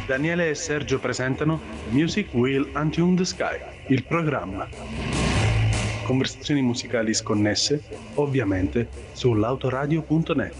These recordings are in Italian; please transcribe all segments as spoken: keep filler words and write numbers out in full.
Daniele e Sergio presentano Music Will Untune the Sky, il programma. Conversazioni musicali sconnesse, ovviamente, sull'autoradio punto net.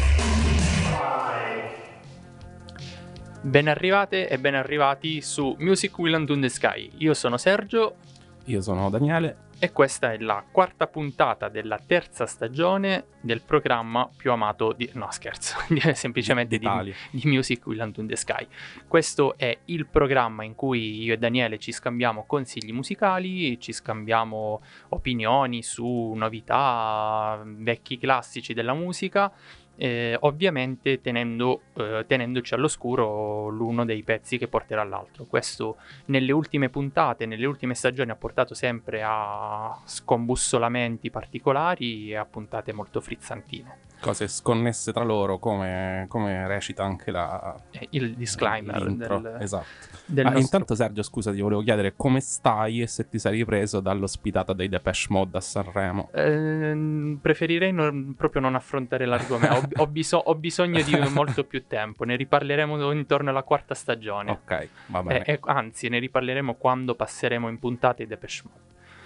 Ben arrivate e ben arrivati su Music Will Untune the Sky. Io sono Sergio. Io sono Daniele. E questa è la quarta puntata della terza stagione del programma più amato di... No, scherzo, semplicemente di, di Music Will Untune the Sky. Questo è il programma in cui io e Daniele ci scambiamo consigli musicali, ci scambiamo opinioni su novità, vecchi classici della musica, eh, ovviamente tenendo, eh, tenendoci all'oscuro l'uno dei pezzi che porterà l'altro. Questo nelle ultime puntate, nelle ultime stagioni ha portato sempre a scombussolamenti particolari e a puntate molto frizzantine. Cose sconnesse tra loro, come, come recita anche la, il disclaimer del, esatto. del ah, nostro... Intanto Sergio, scusa, ti volevo chiedere come stai e se ti sei ripreso dall'ospitata dei Depeche Mode a Sanremo. Eh, preferirei non, proprio non affrontare l'argomento. ho, ho, biso- ho bisogno di molto più tempo. Ne riparleremo intorno alla quarta stagione. Ok, va bene. Eh, eh, anzi, ne riparleremo quando passeremo in puntate i Depeche Mode.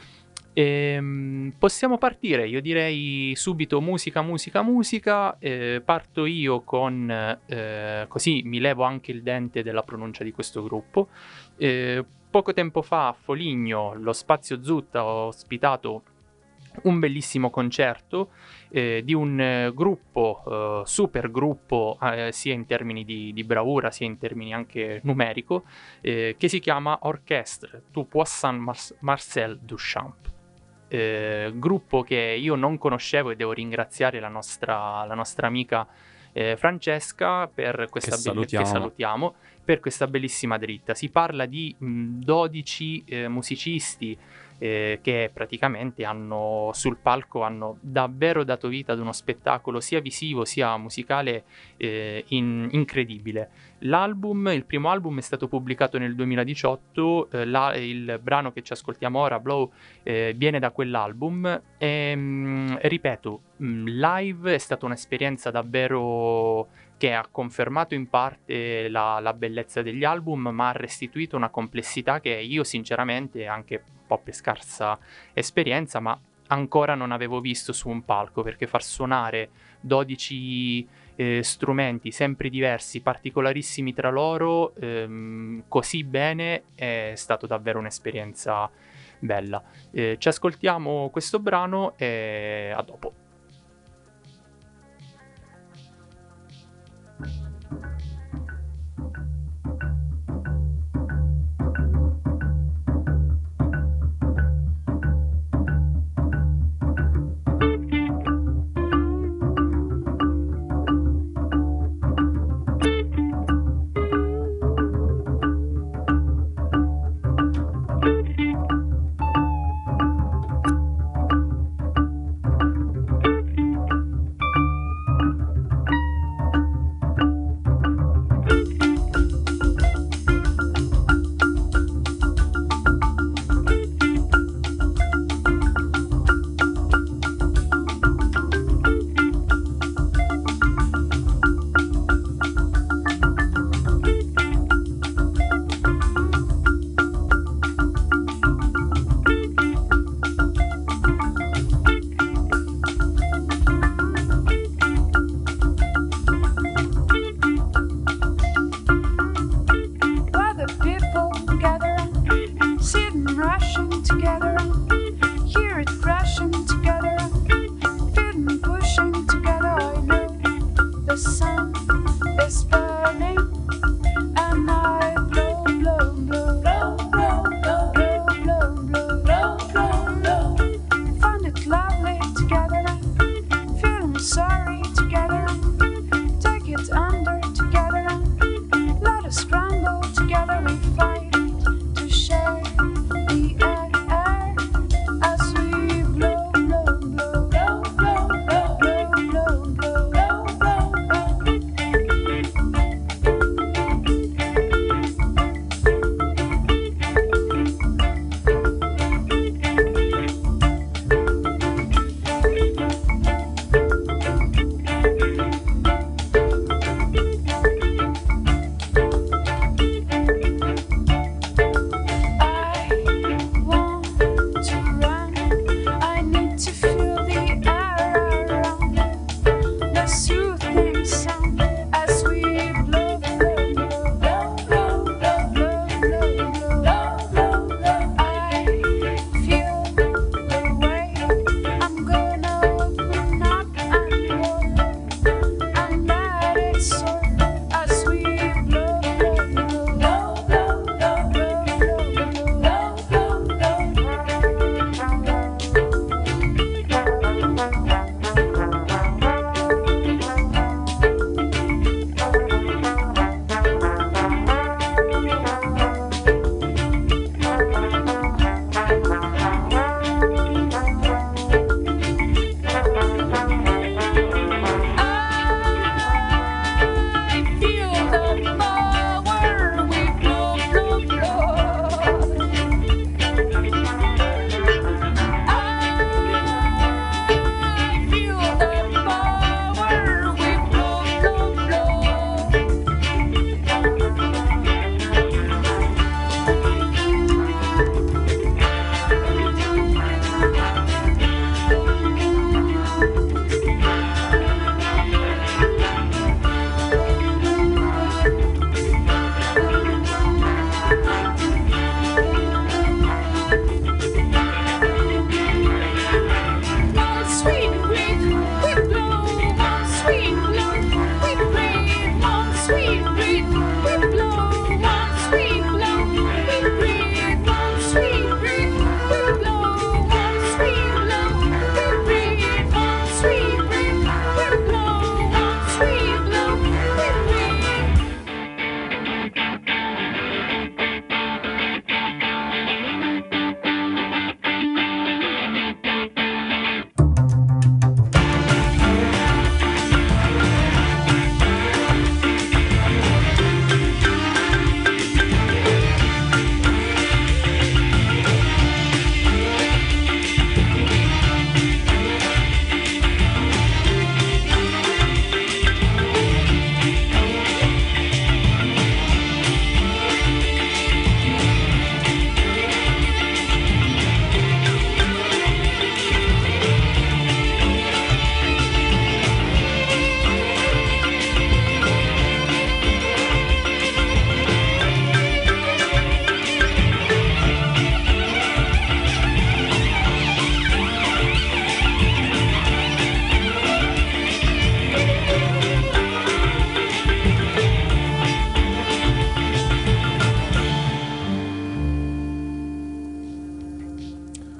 Ehm, possiamo partire, io direi subito musica, musica, musica. Eh, parto io con, eh, così mi levo anche il dente della pronuncia di questo gruppo. Eh, poco tempo fa a Foligno, lo Spazio Zutta, ho ospitato un bellissimo concerto eh, di un eh, gruppo, eh, super gruppo, eh, sia in termini di, di bravura, sia in termini anche numerico, eh, che si chiama Orchestre du Poisson Mar- Marcel Duchamp. Eh, gruppo che io non conoscevo e devo ringraziare la nostra, la nostra amica eh, Francesca per questa che, be- salutiamo. che salutiamo per questa bellissima dritta. Si parla di mh, dodici eh, musicisti eh, che praticamente hanno sul palco hanno davvero dato vita ad uno spettacolo sia visivo sia musicale eh, in- incredibile. L'album, il primo album è stato pubblicato nel duemiladiciotto, eh, la, il brano che ci ascoltiamo ora, Blow, eh, viene da quell'album e mh, ripeto, mh, live è stata un'esperienza davvero che ha confermato in parte la, la bellezza degli album, ma ha restituito una complessità che io sinceramente, anche un po' per scarsa esperienza, ma ancora non avevo visto su un palco, perché far suonare dodici eh, strumenti sempre diversi, particolarissimi tra loro, ehm, così bene, è stato davvero un'esperienza bella. Eh, ci ascoltiamo questo brano e a dopo.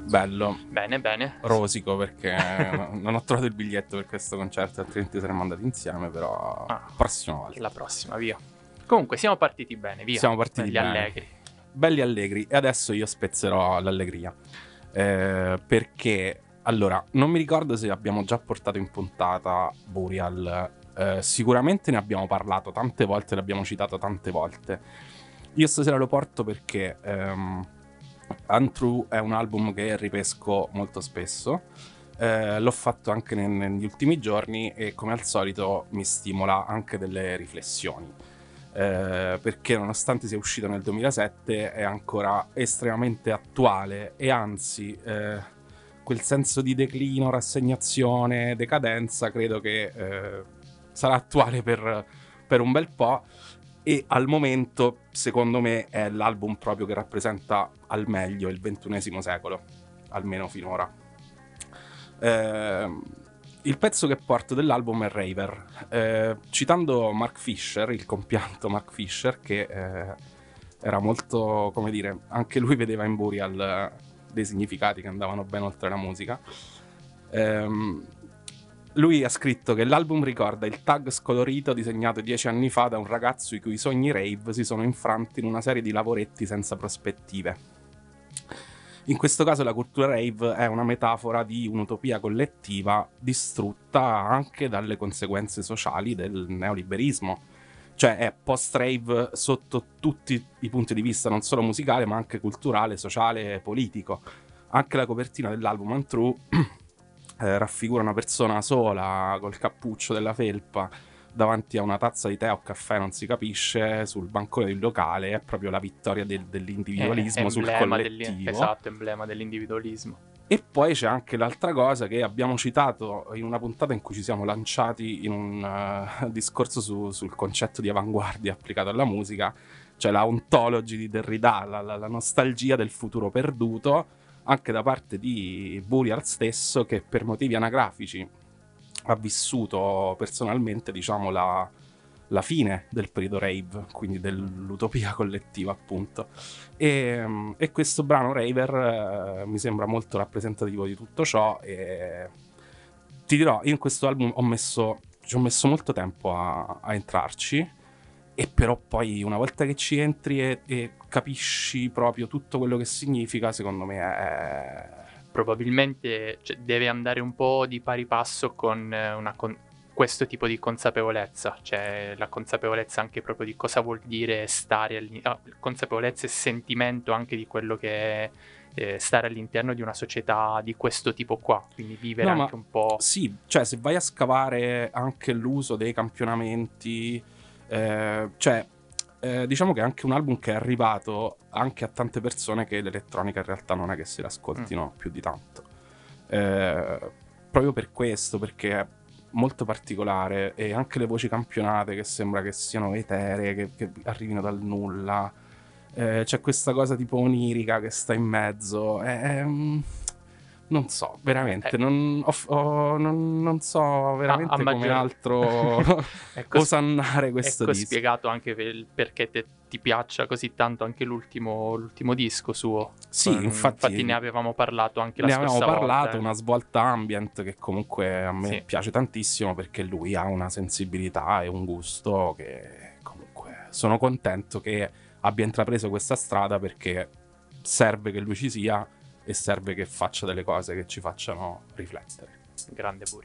Bello. Bene, bene. Rosico, perché non ho trovato il biglietto per questo concerto, altrimenti saremmo andati insieme, però Ah, prossima volta. La prossima, via. Comunque, siamo partiti bene, via. Siamo partiti Belli bene. allegri. Belli allegri. E adesso io spezzerò l'allegria. Eh, perché, allora, non mi ricordo se abbiamo già portato in puntata Burial. Eh, sicuramente ne abbiamo parlato tante volte, l'abbiamo citato tante volte. Io stasera lo porto perché ehm, Untrue è un album che ripesco molto spesso. Eh, l'ho fatto anche ne- negli ultimi giorni e come al solito mi stimola anche delle riflessioni. Eh, perché nonostante sia uscito nel duemilasette è ancora estremamente attuale e anzi eh, quel senso di declino, rassegnazione, decadenza credo che eh, sarà attuale per, per un bel po'. E al momento, secondo me, è l'album proprio che rappresenta al meglio il ventunesimo secolo, almeno finora. Eh, il pezzo che porto dell'album è Raver. Eh, citando Mark Fisher, il compianto Mark Fisher, che eh, era molto, come dire, anche lui vedeva in Burial dei significati che andavano ben oltre la musica. Ehm... Lui ha scritto che l'album ricorda il tag scolorito disegnato dieci anni fa da un ragazzo i cui sogni rave si sono infranti in una serie di lavoretti senza prospettive. In questo caso la cultura rave è una metafora di un'utopia collettiva distrutta anche dalle conseguenze sociali del neoliberismo. Cioè è post-rave sotto tutti i punti di vista, non solo musicale ma anche culturale, sociale e politico. Anche la copertina dell'album Untrue Eh, raffigura una persona sola col cappuccio della felpa davanti a una tazza di tè o caffè, non si capisce, sul bancone del locale. È proprio la vittoria del, dell'individualismo Eh, sul emblema collettivo. dell'in- esatto, emblema dell'individualismo. E poi c'è anche l'altra cosa che abbiamo citato in una puntata in cui ci siamo lanciati in un uh, discorso su, sul concetto di avanguardia applicato alla musica, cioè la ontology di Derrida, la, la, la nostalgia del futuro perduto, anche da parte di Burial stesso, che per motivi anagrafici ha vissuto personalmente, diciamo, la, la fine del periodo rave, quindi dell'utopia collettiva, appunto. E, e questo brano Raver eh, mi sembra molto rappresentativo di tutto ciò. E ti dirò, io in questo album ho messo, ci ho messo molto tempo a, a entrarci. E però poi una volta che ci entri e, e capisci proprio tutto quello che significa, secondo me è... Probabilmente cioè, deve andare un po' di pari passo con, eh, una con questo tipo di consapevolezza, cioè la consapevolezza anche proprio di cosa vuol dire stare all'interno, ah, consapevolezza e sentimento anche di quello che è eh, stare all'interno di una società di questo tipo qua, quindi vivere No, anche un po'... Sì, cioè se vai a scavare anche l'uso dei campionamenti... Eh, cioè eh, diciamo che è anche un album che è arrivato anche a tante persone che l'elettronica in realtà non è che se l'ascoltino mm. più di tanto, eh, proprio per questo, perché è molto particolare, e anche le voci campionate che sembra che siano eteree, che, che arrivino dal nulla, eh, c'è questa cosa tipo onirica che sta in mezzo, è, è, non so, veramente, eh. non, ho, ho, non, non so veramente ah, come maggior... altro ecco, osannare questo ecco disco. Spiegato anche per, perché te, ti piaccia così tanto anche l'ultimo, l'ultimo disco suo. Sì, um, infatti, infatti ne avevamo parlato anche la ne scorsa volta. Ne avevamo parlato, volta, eh. Una svolta ambient che comunque a me sì. piace tantissimo, perché lui ha una sensibilità e un gusto che comunque sono contento che abbia intrapreso questa strada, perché serve che lui ci sia e serve che faccia delle cose che ci facciano riflettere. Grande Burial.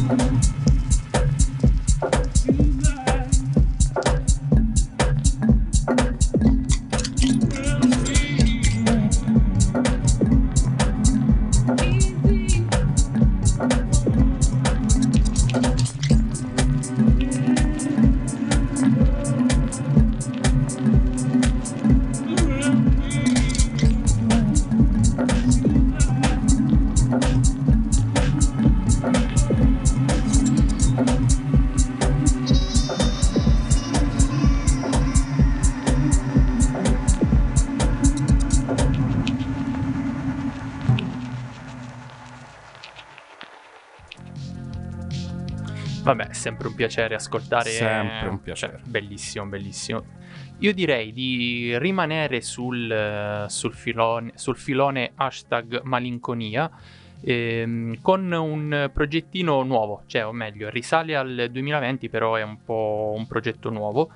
Vabbè, è sempre un piacere ascoltare. Sempre un piacere. Cioè, bellissimo, bellissimo. Io direi di rimanere sul, sul, filone, sul filone hashtag malinconia ehm, con un progettino nuovo, cioè o meglio risale al duemilaventi, però è un po' un progetto nuovo.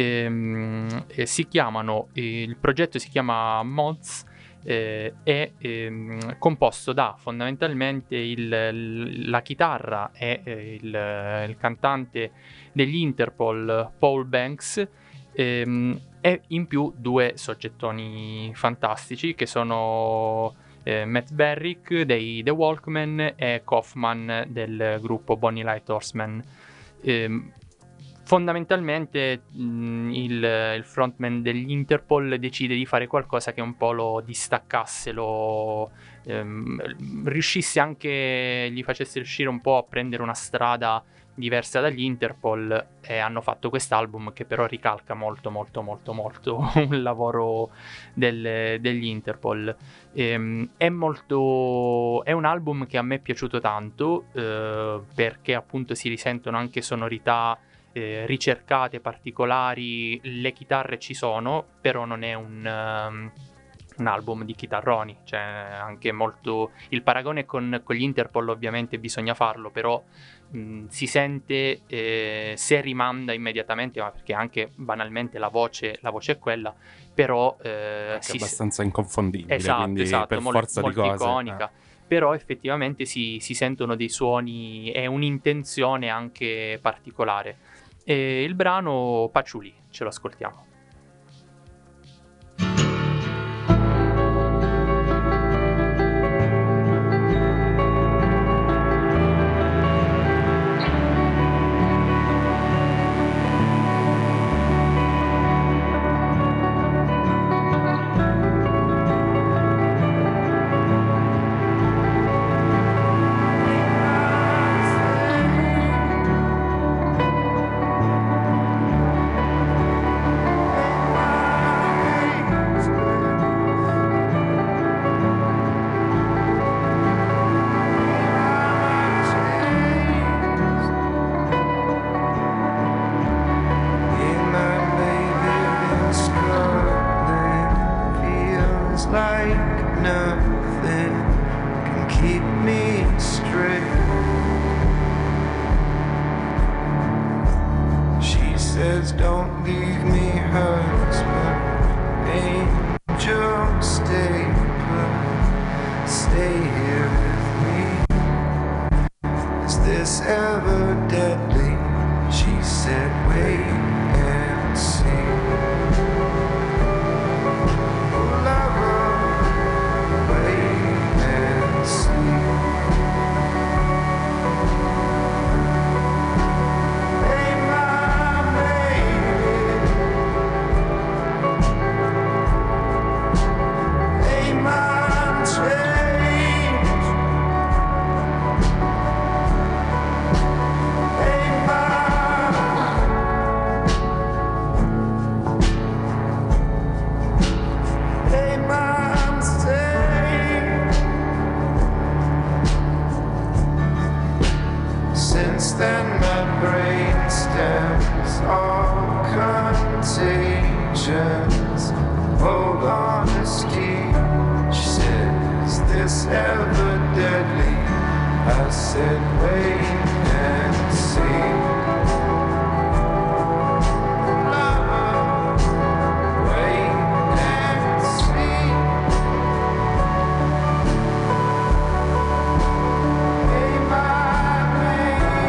Ehm, e si chiamano, il progetto si chiama Mods. Eh, è ehm, composto da fondamentalmente il, il, la chitarra e eh, il, il cantante degli Interpol Paul Banks ehm, e in più due soggettoni fantastici che sono eh, Matt Berrick dei The Walkmen e Kaufman del gruppo Bonnie Light Horseman. Ehm, Fondamentalmente mh, il, il frontman degli Interpol decide di fare qualcosa che un po' lo distaccasse, lo ehm, riuscisse anche, gli facesse riuscire un po' a prendere una strada diversa dagli Interpol, e hanno fatto quest'album che però ricalca molto molto molto molto un lavoro del, degli Interpol. Ehm, è molto è un album che a me è piaciuto tanto eh, perché appunto si risentono anche sonorità Eh, ricercate, particolari, le chitarre ci sono, però non è un, um, un album di chitarroni, cioè anche molto il paragone con, con gli Interpol ovviamente bisogna farlo, però mh, si sente eh, se rimanda immediatamente, ma perché anche banalmente la voce, la voce è quella, però eh, si è abbastanza inconfondibile, esatto, quindi esatto, per mol- forza molto di cose iconica. eh. Però effettivamente si, si sentono dei suoni e un'intenzione anche particolare. E il brano Patchouli, ce lo ascoltiamo. Hey, my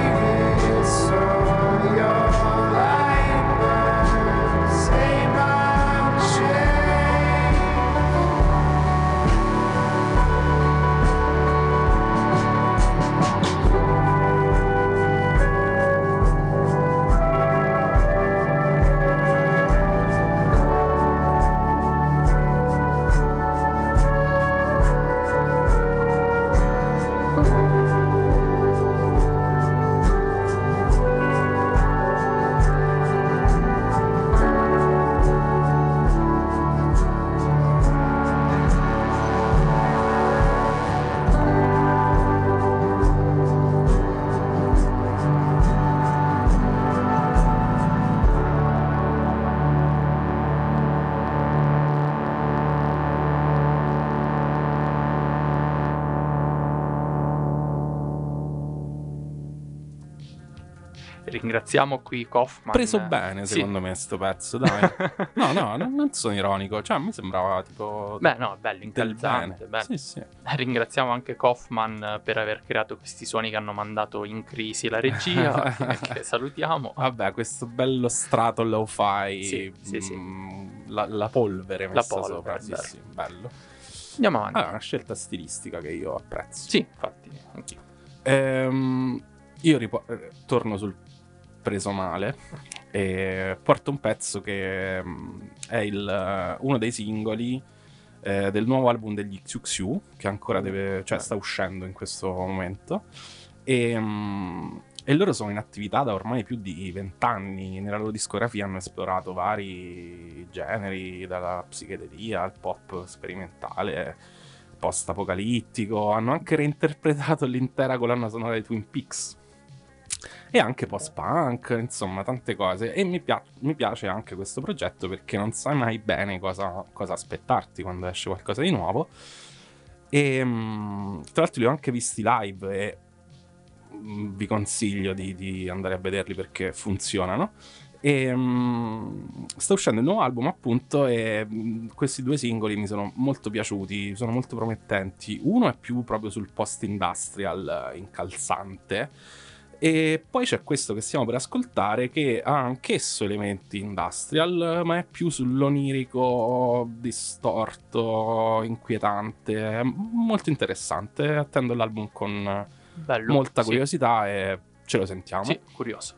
ringraziamo qui Kaufman. Preso bene, Sì. secondo me, sto pezzo, dai. No, no, non, non sono ironico. Cioè, a me sembrava tipo... Beh, no, bello, del incalzante. bene. bello. Sì, sì. Ringraziamo anche Kaufman per aver creato questi suoni che hanno mandato in crisi la regia, che, che salutiamo. Vabbè, questo bello strato lo-fi, Sì, sì, sì. mm, La, la polvere La messa polvere, sopra, sì, vero. sì, bello. Andiamo avanti. Allora, una scelta stilistica che io apprezzo. Sì, infatti, anch'io. Ehm, io ripo- eh, torno sul preso male e porto un pezzo che mm, è il, uno dei singoli eh, del nuovo album degli Xiu Xiu, che ancora deve, cioè sta uscendo in questo momento, e, mm, e loro sono in attività da ormai più di vent'anni. Nella loro discografia hanno esplorato vari generi, dalla psichedelia al pop sperimentale, post-apocalittico. Hanno anche reinterpretato l'intera colonna sonora di Twin Peaks e anche post-punk, insomma tante cose. E mi, pia- mi piace anche questo progetto perché non sai mai bene cosa, cosa aspettarti quando esce qualcosa di nuovo. E mm, tra l'altro li ho anche visti live e mm, vi consiglio di, di andare a vederli perché funzionano. E mm, sta uscendo il nuovo album, appunto, e mm, questi due singoli mi sono molto piaciuti, sono molto promettenti. Uno è più proprio sul post-industrial eh, incalzante, e poi c'è questo che stiamo per ascoltare che ha anch'esso elementi industrial, ma è più sull'onirico distorto, inquietante, è molto interessante. Attendo l'album con Bello. molta sì. curiosità e ce lo sentiamo. Sì, curioso.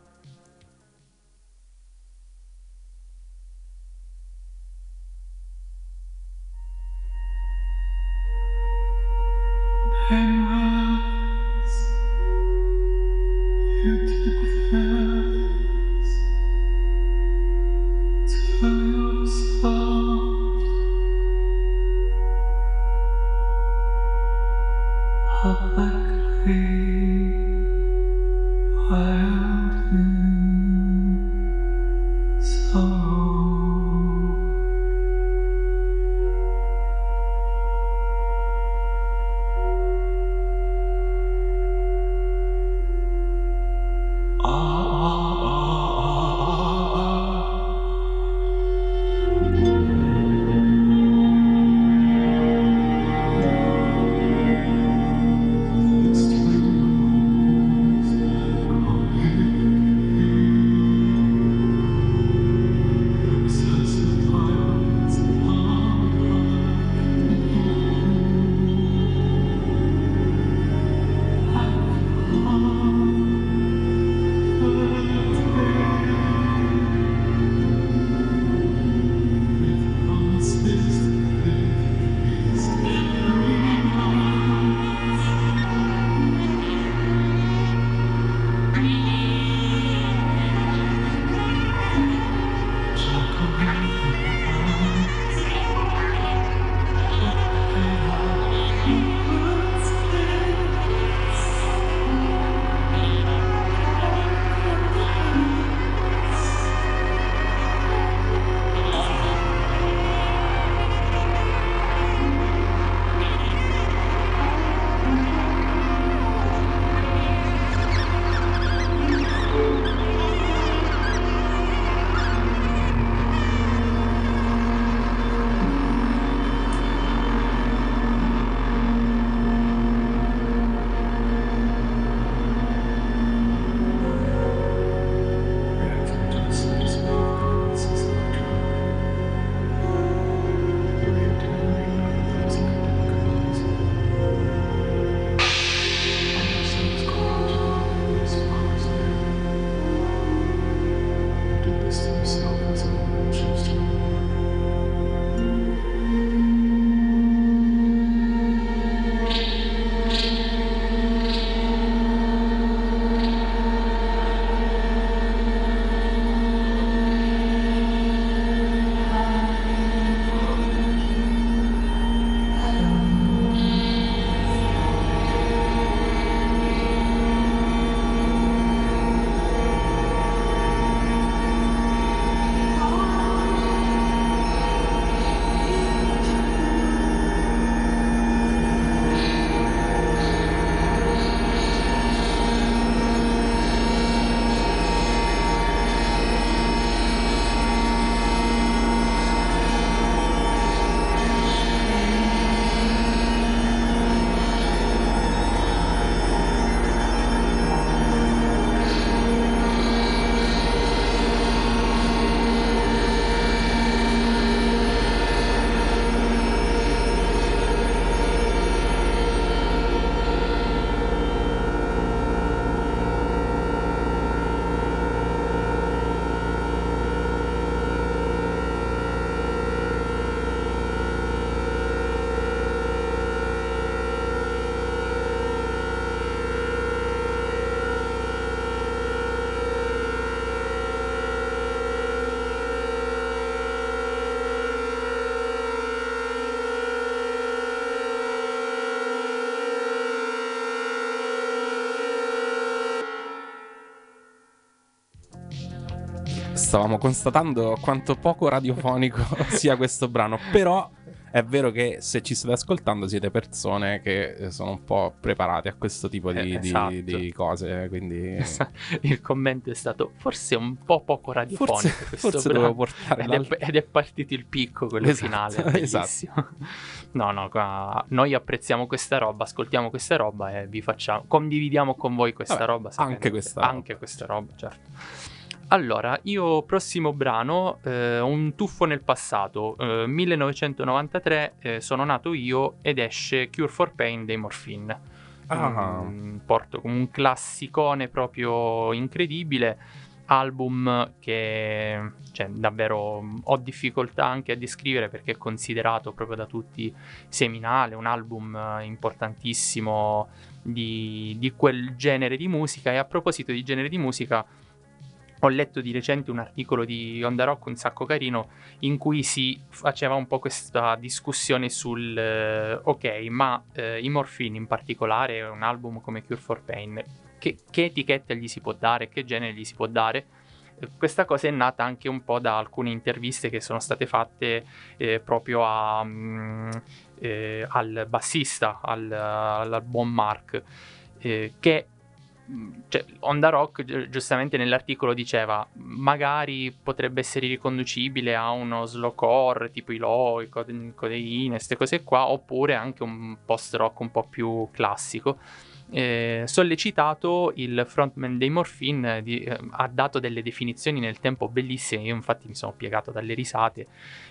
stavamo constatando quanto poco radiofonico sia questo brano, però è vero che se ci state ascoltando siete persone che sono un po' preparate a questo tipo di, Eh, esatto. di, di cose, quindi Il commento è stato forse un po' poco radiofonico forse, questo forse brano. dovevo portare ed, l'altro. è, ed è partito il picco, quello Esatto, finale, è bellissimo. No, no, qua noi apprezziamo questa roba, ascoltiamo questa roba e vi facciamo, condividiamo con voi questa Vabbè, roba. anche sapete, questa anche roba. questa roba, certo. Allora, io prossimo brano, eh, un tuffo nel passato, eh, millenovecentonovantatré, eh, sono nato io ed esce Cure for Pain dei Morphine. Ah. Mm, porto come un classicone proprio incredibile, album che cioè, davvero ho difficoltà anche a descrivere perché è considerato proprio da tutti seminale, un album importantissimo di, di quel genere di musica. E a proposito di genere di musica, ho letto di recente un articolo di Onda Rock un sacco carino in cui si faceva un po' questa discussione sul eh, ok, ma eh, i Morphine in particolare, un album come Cure for Pain, che, che etichetta gli si può dare, che genere gli si può dare? Eh, questa cosa è nata anche un po' da alcune interviste che sono state fatte eh, proprio a, mm, eh, al bassista, al, al buon Mark, eh, che cioè, Onda Rock gi- giustamente nell'articolo diceva magari potrebbe essere riconducibile a uno slowcore tipo i Low, i Code- Codeine, queste cose qua, oppure anche un post rock un po' più classico. Eh, sollecitato, il frontman dei Morphine di, eh, ha dato delle definizioni nel tempo bellissime. Io infatti mi sono piegato dalle risate,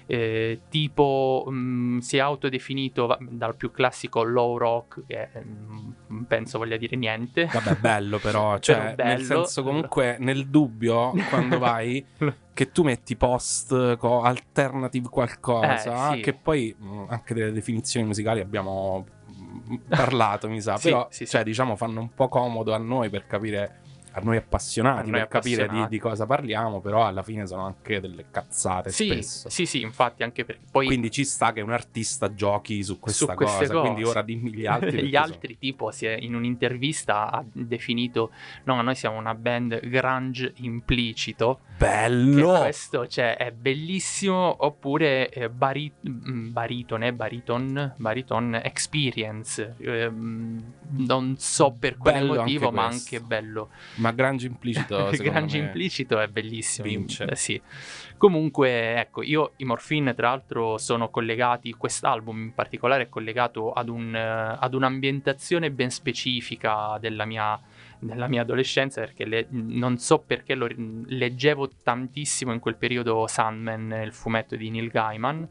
eh, tipo mh, si è autodefinito va- dal più classico low rock, che mh, penso voglia dire niente. Vabbè, bello però, cioè, Però bello. nel senso comunque nel dubbio quando vai che tu metti post co- alternative qualcosa, Eh, sì. che poi mh, anche delle definizioni musicali abbiamo mh, parlato, mi sa, Sì, però sì, sì. cioè diciamo fanno un po' comodo a noi per capire, a noi appassionati, A noi per capire di, appassionati. di cosa parliamo, però alla fine sono anche delle cazzate Sì, spesso. sì, sì, infatti, anche perché poi Quindi ci sta che un artista giochi su questa su queste cosa, quindi cose. ora dimmi gli altri. perché Gli altri, tipo, si è, in un'intervista ha definito: no, noi siamo una band grunge implicito. sono... Bello! Che questo, cioè, è bellissimo. Oppure eh, bari- mm, baritone, bariton, bariton experience. Ehm, non so per quale Bello motivo, anche ma questo. anche bello. Ma grunge implicito, Il secondo grunge me, implicito è bellissimo. vince. Eh, sì. Comunque, ecco, io i Morphine, tra l'altro, sono collegati, quest'album in particolare è collegato ad, un, eh, ad un'ambientazione ben specifica della mia, della mia adolescenza, perché le- non so perché lo leggevo tantissimo in quel periodo Sandman, il fumetto di Neil Gaiman,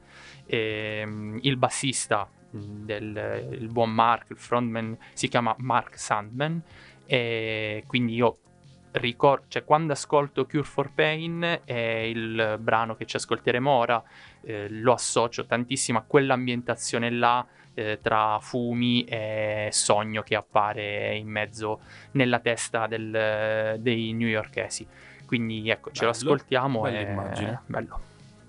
e, mm, il bassista mm, del il buon Mark, il frontman, si chiama Mark Sandman, e quindi io ricordo, cioè quando ascolto Cure for Pain e il brano che ci ascolteremo ora, eh, lo associo tantissimo a quell'ambientazione là, eh, tra fumi e sogno che appare in mezzo nella testa del- dei newyorkesi. Quindi ecco, ce lo Bello, ascoltiamo. bella e... immagine. bello.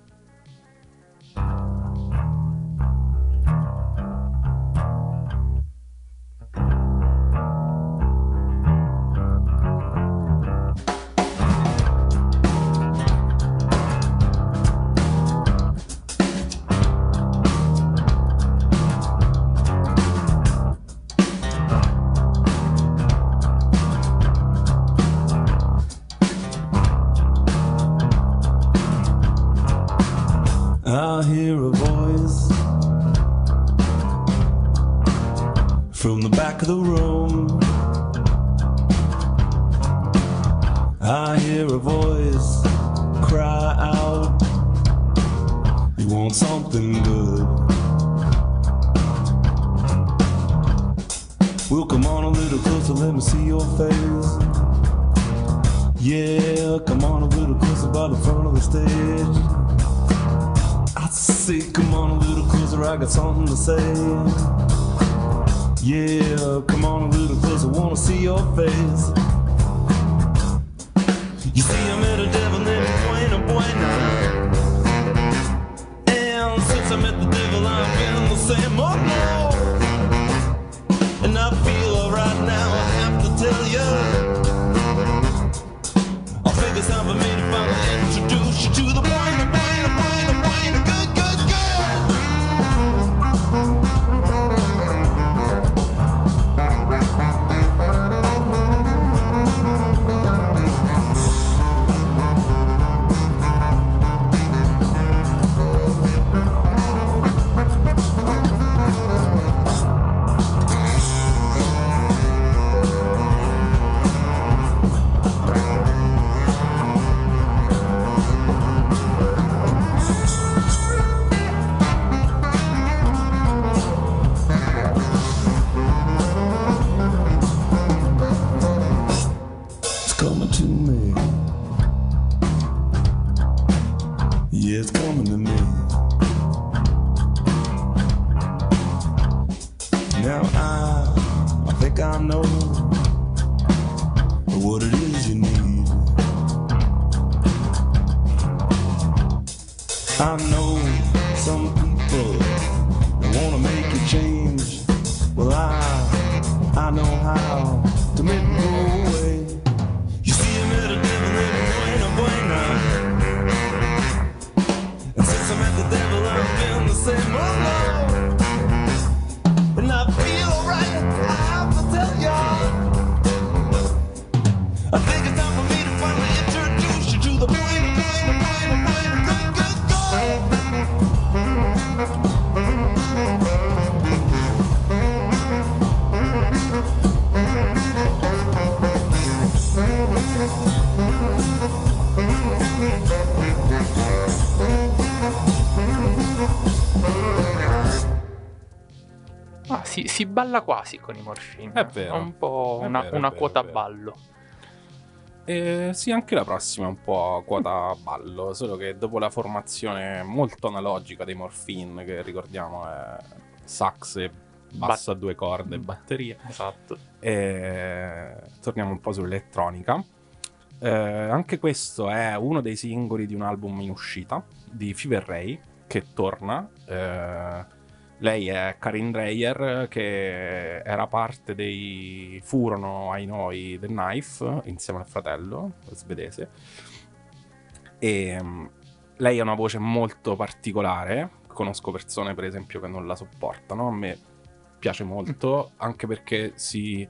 I hear a voice from the back of the room. I hear a voice cry out, you want something good. Well, come on a little closer, let me see your face. Yeah, come on a little closer by the front of the stage. I say, come on a little closer, I got something to say. Yeah, come on a little closer, wanna see your face. You see, I met a devil named Buena Buena, and since I met the devil, I've been the same. Oh no, and I feel alright now, I have to tell you. I think it's time for me to finally introduce Yeah, it's coming to me. Now I, I think I know what it is you need. I know some people that wanna make you change. Well, I, I know how to make it go away. You see, I met a devil every buena buena, and since I met the devil, I've been the same. Oh no, and I feel alright. I have to tell ya, I think it's time for me to finally introduce you to the buena buena buena buena good good good. Ah, si, si balla quasi con i Morphine. È vero. È un po' È una, vero, è una vero, quota è vero. ballo. E sì, anche la prossima è un po' quota ballo, solo che dopo la formazione molto analogica dei Morphine, che ricordiamo è sax e basso a due corde e batteria, Esatto. e torniamo un po' sull'elettronica. Eh, anche questo è uno dei singoli di un album in uscita di Fever Ray, che torna. Eh, lei è Karin Dreyer, che era parte dei furono ai noi The Knife insieme al fratello svedese, e um, lei ha una voce molto particolare. Conosco persone per esempio che non la sopportano. A me piace molto, anche perché si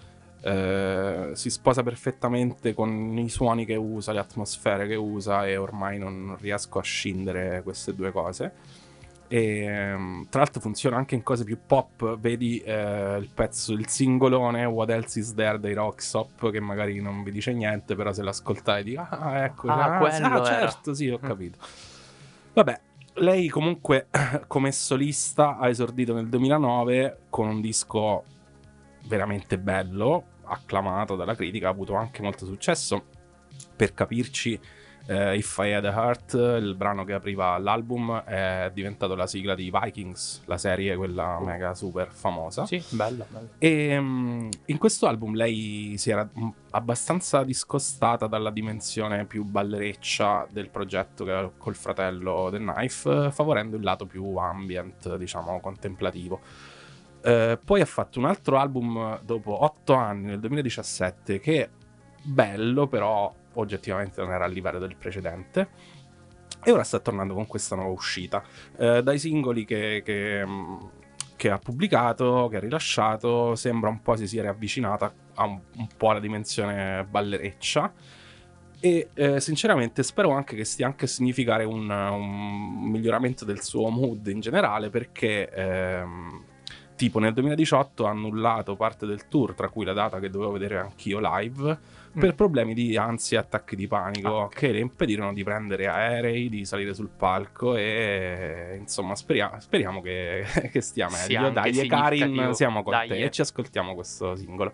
Eh, si sposa perfettamente con i suoni che usa, le atmosfere che usa, e ormai non riesco a scindere queste due cose. E um, tra l'altro funziona anche in cose più pop. Vedi eh, il pezzo, il singolone What Else Is There dei Roxop, che magari non vi dice niente, però se l'ascoltate dico ah ecco, Ah, ah, quello ah era. certo, sì, ho capito. Vabbè, lei comunque come solista ha esordito nel duemilanove con un disco veramente bello, acclamato dalla critica, ha avuto anche molto successo. Per capirci, eh, If I Had a Heart, il brano che apriva l'album, è diventato la sigla di Vikings, la serie quella mega super famosa. Sì, bella, bella. E um, in questo album lei si era um, abbastanza discostata dalla dimensione più ballereccia del progetto che era col fratello The Knife, favorendo il lato più ambient, diciamo, contemplativo. Uh, poi ha fatto un altro album dopo otto anni, nel duemiladiciassette, che è bello, però oggettivamente non era a livello del precedente, e ora sta tornando con questa nuova uscita. Uh, dai singoli che, che, che ha pubblicato, che ha rilasciato, sembra un po' si sia riavvicinata a un, un po' alla dimensione ballereccia, e eh, sinceramente spero anche che stia anche a significare un, un miglioramento del suo mood in generale, perché ehm, tipo nel duemiladiciotto ha annullato parte del tour, tra cui la data che dovevo vedere anch'io live, mm. per problemi di ansia e attacchi di panico, ah, okay. che le impedirono di prendere aerei, di salire sul palco, e insomma speriamo, speriamo che, che stia meglio. Dai, Karin, siamo con Dai, te eh. e ci ascoltiamo questo singolo.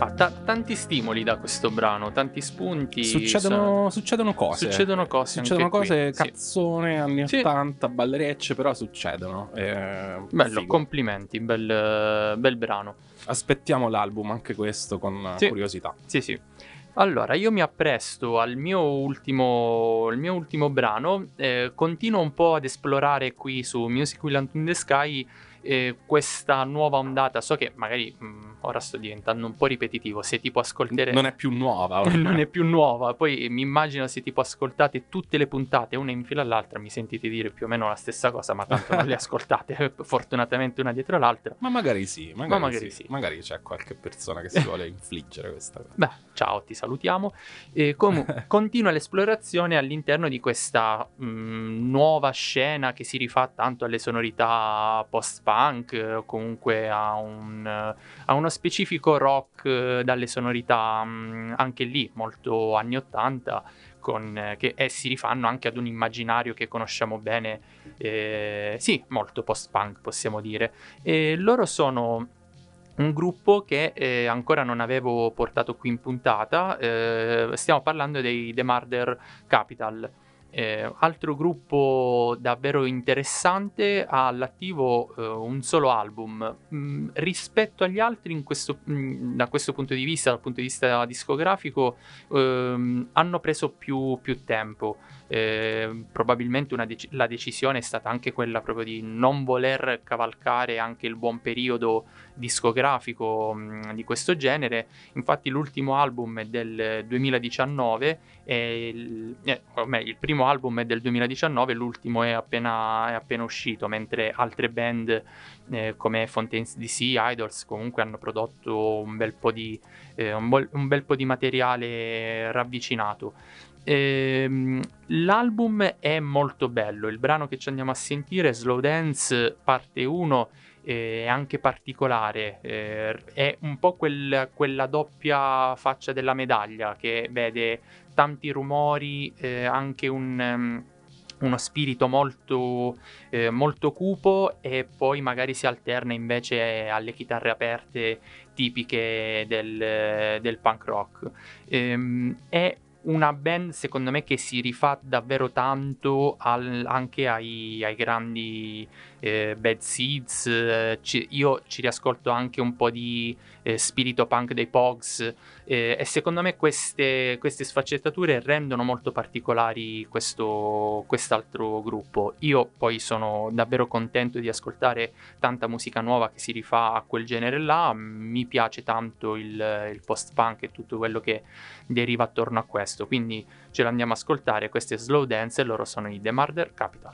Ah, ta- tanti stimoli da questo brano, tanti spunti. Succedono, sono- succedono cose. Succedono cose. Succedono anche cose, qui, sì. cazzone, anni Sì. ottanta, ballerecce, però succedono. Eh, Bello, figo. complimenti, bel, bel brano. Aspettiamo l'album, anche questo, con Sì. curiosità. Sì, sì. Allora, io mi appresto al mio ultimo, il mio ultimo brano, eh, continuo un po' ad esplorare qui su Music Will Unto the Sky eh, questa nuova ondata. So che magari mh, ora sto diventando un po' ripetitivo, se tipo ascoltere... Non è più nuova ormai. non è più nuova, poi mi immagino se tipo ascoltate tutte le puntate una in fila all'altra mi sentite dire più o meno la stessa cosa, ma tanto non le ascoltate fortunatamente una dietro l'altra. Ma magari sì, magari, Ma magari sì. sì. Magari c'è qualche persona che si vuole infliggere questa cosa. Beh, ciao, ti salutiamo. E comunque continua l'esplorazione all'interno di questa mh, nuova scena che si rifà tanto alle sonorità post-punk, eh, comunque a, un, eh, a uno specifico rock eh, dalle sonorità mh, anche lì molto anni ottanta, con, eh, che eh, si rifanno anche ad un immaginario che conosciamo bene, eh, sì, molto post-punk possiamo dire. E loro sono un gruppo che eh, ancora non avevo portato qui in puntata, eh, stiamo parlando dei The Murder Capital. Eh, altro gruppo davvero interessante, ha all'attivo eh, un solo album. Mm, rispetto agli altri in questo, mm, da questo punto di vista, dal punto di vista discografico, ehm, hanno preso più, più tempo. Eh, probabilmente una dec- la decisione è stata anche quella proprio di non voler cavalcare anche il buon periodo discografico mh, di questo genere. Infatti l'ultimo album è del duemiladiciannove e il, eh, o meglio, il primo album è del duemiladiciannove, l'ultimo è appena, è appena uscito, mentre altre band eh, come Fontaines D C, Idols comunque hanno prodotto un bel po' di, eh, un, bol- un bel po' di materiale ravvicinato. Ehm, l'album è molto bello, il brano che ci andiamo a sentire, Slow Dance parte uno, eh, è anche particolare, eh, è un po' quel- quella doppia faccia della medaglia che vede tanti rumori, eh, anche un, um, uno spirito molto, eh, molto cupo, e poi magari si alterna invece alle chitarre aperte tipiche del, del punk rock. Ehm, è una band secondo me che si rifà davvero tanto al- anche ai, ai grandi eh, Bad Seeds. Eh, ci- io ci riascolto anche un po' di eh, spirito punk dei Pogs, eh, e secondo me queste, queste sfaccettature rendono molto particolari questo quest'altro gruppo. Io poi sono davvero contento di ascoltare tanta musica nuova che si rifà a quel genere là. Mi piace tanto il, il post-punk e tutto quello che deriva attorno a questo, quindi ce l'andiamo a ascoltare. Questo è Slow Dance e loro sono i The Murder Capital.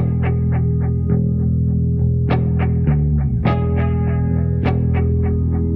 Thank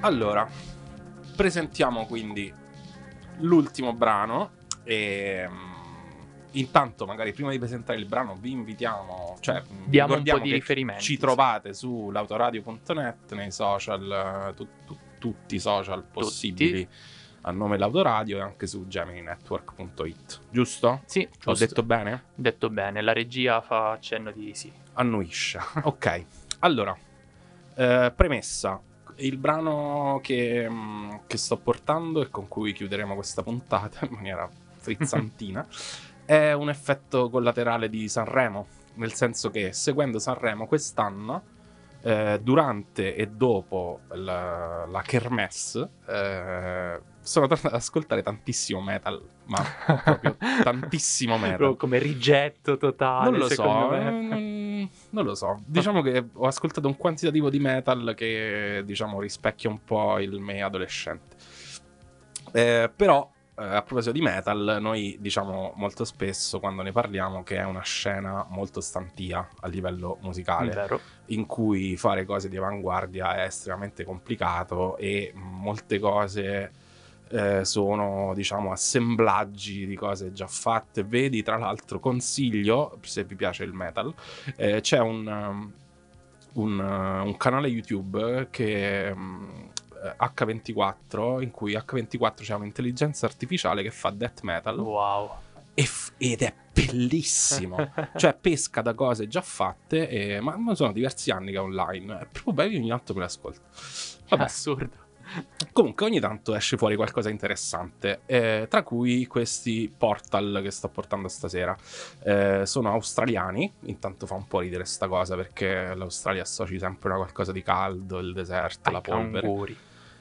Allora, presentiamo quindi l'ultimo brano e mm, intanto magari prima di presentare il brano vi invitiamo, cioè vi Diamo un ricordiamo po' di che riferimenti, ci sì. trovate su l'autoradio punto net, nei social, eh, tu- tu- tutti i social possibili a nome dell'autoradio, e anche su gemini network punto it, giusto? Sì, Ho giusto. detto bene? Detto bene, la regia fa accenno di sì. Annuisce. Ok, allora, eh, premessa. Il brano che, mm, che sto portando e con cui chiuderemo questa puntata in maniera frizzantina è un effetto collaterale di Sanremo, nel senso che seguendo Sanremo quest'anno, eh, durante e dopo la, la Kermesse, eh, sono tornato ad ascoltare tantissimo metal, ma proprio tantissimo metal. Proprio come rigetto totale, Non lo secondo so, me. eh, non, non lo so. Diciamo che ho ascoltato un quantitativo di metal che, diciamo, rispecchia un po' il me adolescente. Eh, però, eh, a proposito di metal, noi diciamo molto spesso quando ne parliamo che è una scena molto stantia a livello musicale, Vero. in cui fare cose di avanguardia è estremamente complicato e molte cose eh, sono, diciamo, assemblaggi di cose già fatte. Vedi, tra l'altro, consiglio, se vi piace il metal, eh, c'è un, um, un, uh, un canale YouTube che um, acca ventiquattro, in cui acca ventiquattro c'è un'intelligenza artificiale che fa death metal. Wow. E f- ed è bellissimo. Cioè pesca da cose già fatte e, ma, ma sono diversi anni che è online, è proprio bello, ogni tanto me l'ascolto. Vabbè, Assurdo. comunque ogni tanto esce fuori qualcosa di interessante, eh, tra cui questi Portal che sto portando stasera. Eh, sono australiani, intanto fa un po' ridere sta cosa perché l'Australia associ sempre a qualcosa di caldo, il deserto, Ai la polvere. canguri.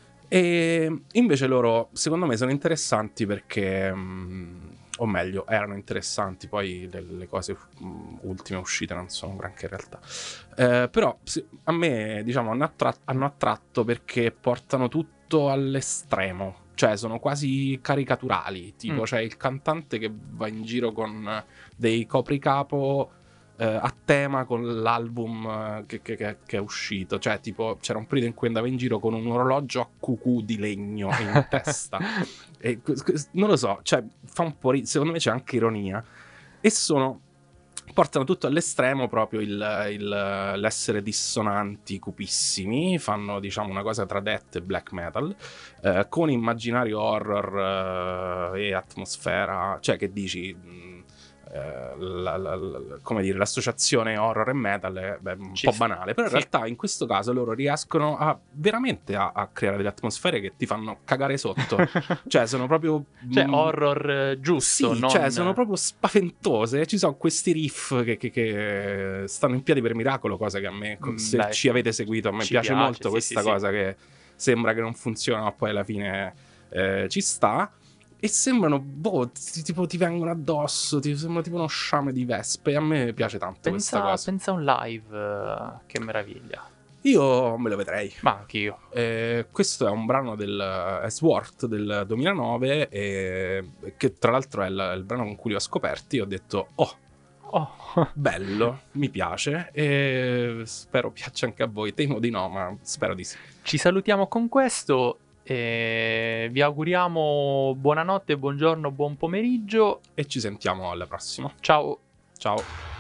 E invece loro, secondo me, sono interessanti perché, mh, o meglio, erano interessanti, poi le, le cose mh, ultime uscite non sono granché in realtà. Eh, però sì, a me, diciamo, hanno, attra- hanno attratto perché portano tutto all'estremo. Cioè, sono quasi caricaturali. Tipo, Mm. c'è il cantante che va in giro con dei copricapo eh, a tema con l'album eh, che, che- che- che è uscito. Cioè, tipo, c'era un periodo in cui andava in giro con un orologio a cucù di legno in testa. E, que- que- non lo so, cioè, fa un po' ri- secondo me c'è anche ironia. E sono... portano tutto all'estremo, proprio il, il- l'essere dissonanti, cupissimi. Fanno, diciamo, una cosa tra death e black metal, eh, con immaginario horror eh, e atmosfera. Cioè, che dici... mh, eh, la- la- la- come dire, l'associazione horror e metal è beh, un Ci po' sta. banale, però in Sì. realtà in questo caso loro riescono a veramente a, a creare delle atmosfere che ti fanno cagare sotto. Cioè, sono proprio... Cioè, mh, horror eh, giusto, sì, non... cioè sono proprio spaventose. Ci sono questi riff che, che- che stanno in piedi per miracolo, cosa che a me, Mm, se beh, ci avete seguito, a me ci piace, piace, molto sì, questa sì, sì. cosa che sembra che non funziona, ma poi alla fine eh, ci sta. E sembrano, boh, ti- tipo ti vengono addosso, ti sembra tipo uno sciame di vespe. A me piace tanto questa Pensa, cosa. pensa a un live, eh, che meraviglia. Io me lo vedrei. Ma anch'io. Eh, questo è un brano del uh, Swart del duemilanove, e, che tra l'altro è il, il brano con cui li ho scoperti. Ho detto, oh, Oh. bello, mi piace e spero piaccia anche a voi. Temo di no, ma spero di sì. Ci salutiamo con questo e vi auguriamo buonanotte, buongiorno, buon pomeriggio. E ci sentiamo alla prossima. Ciao. Ciao.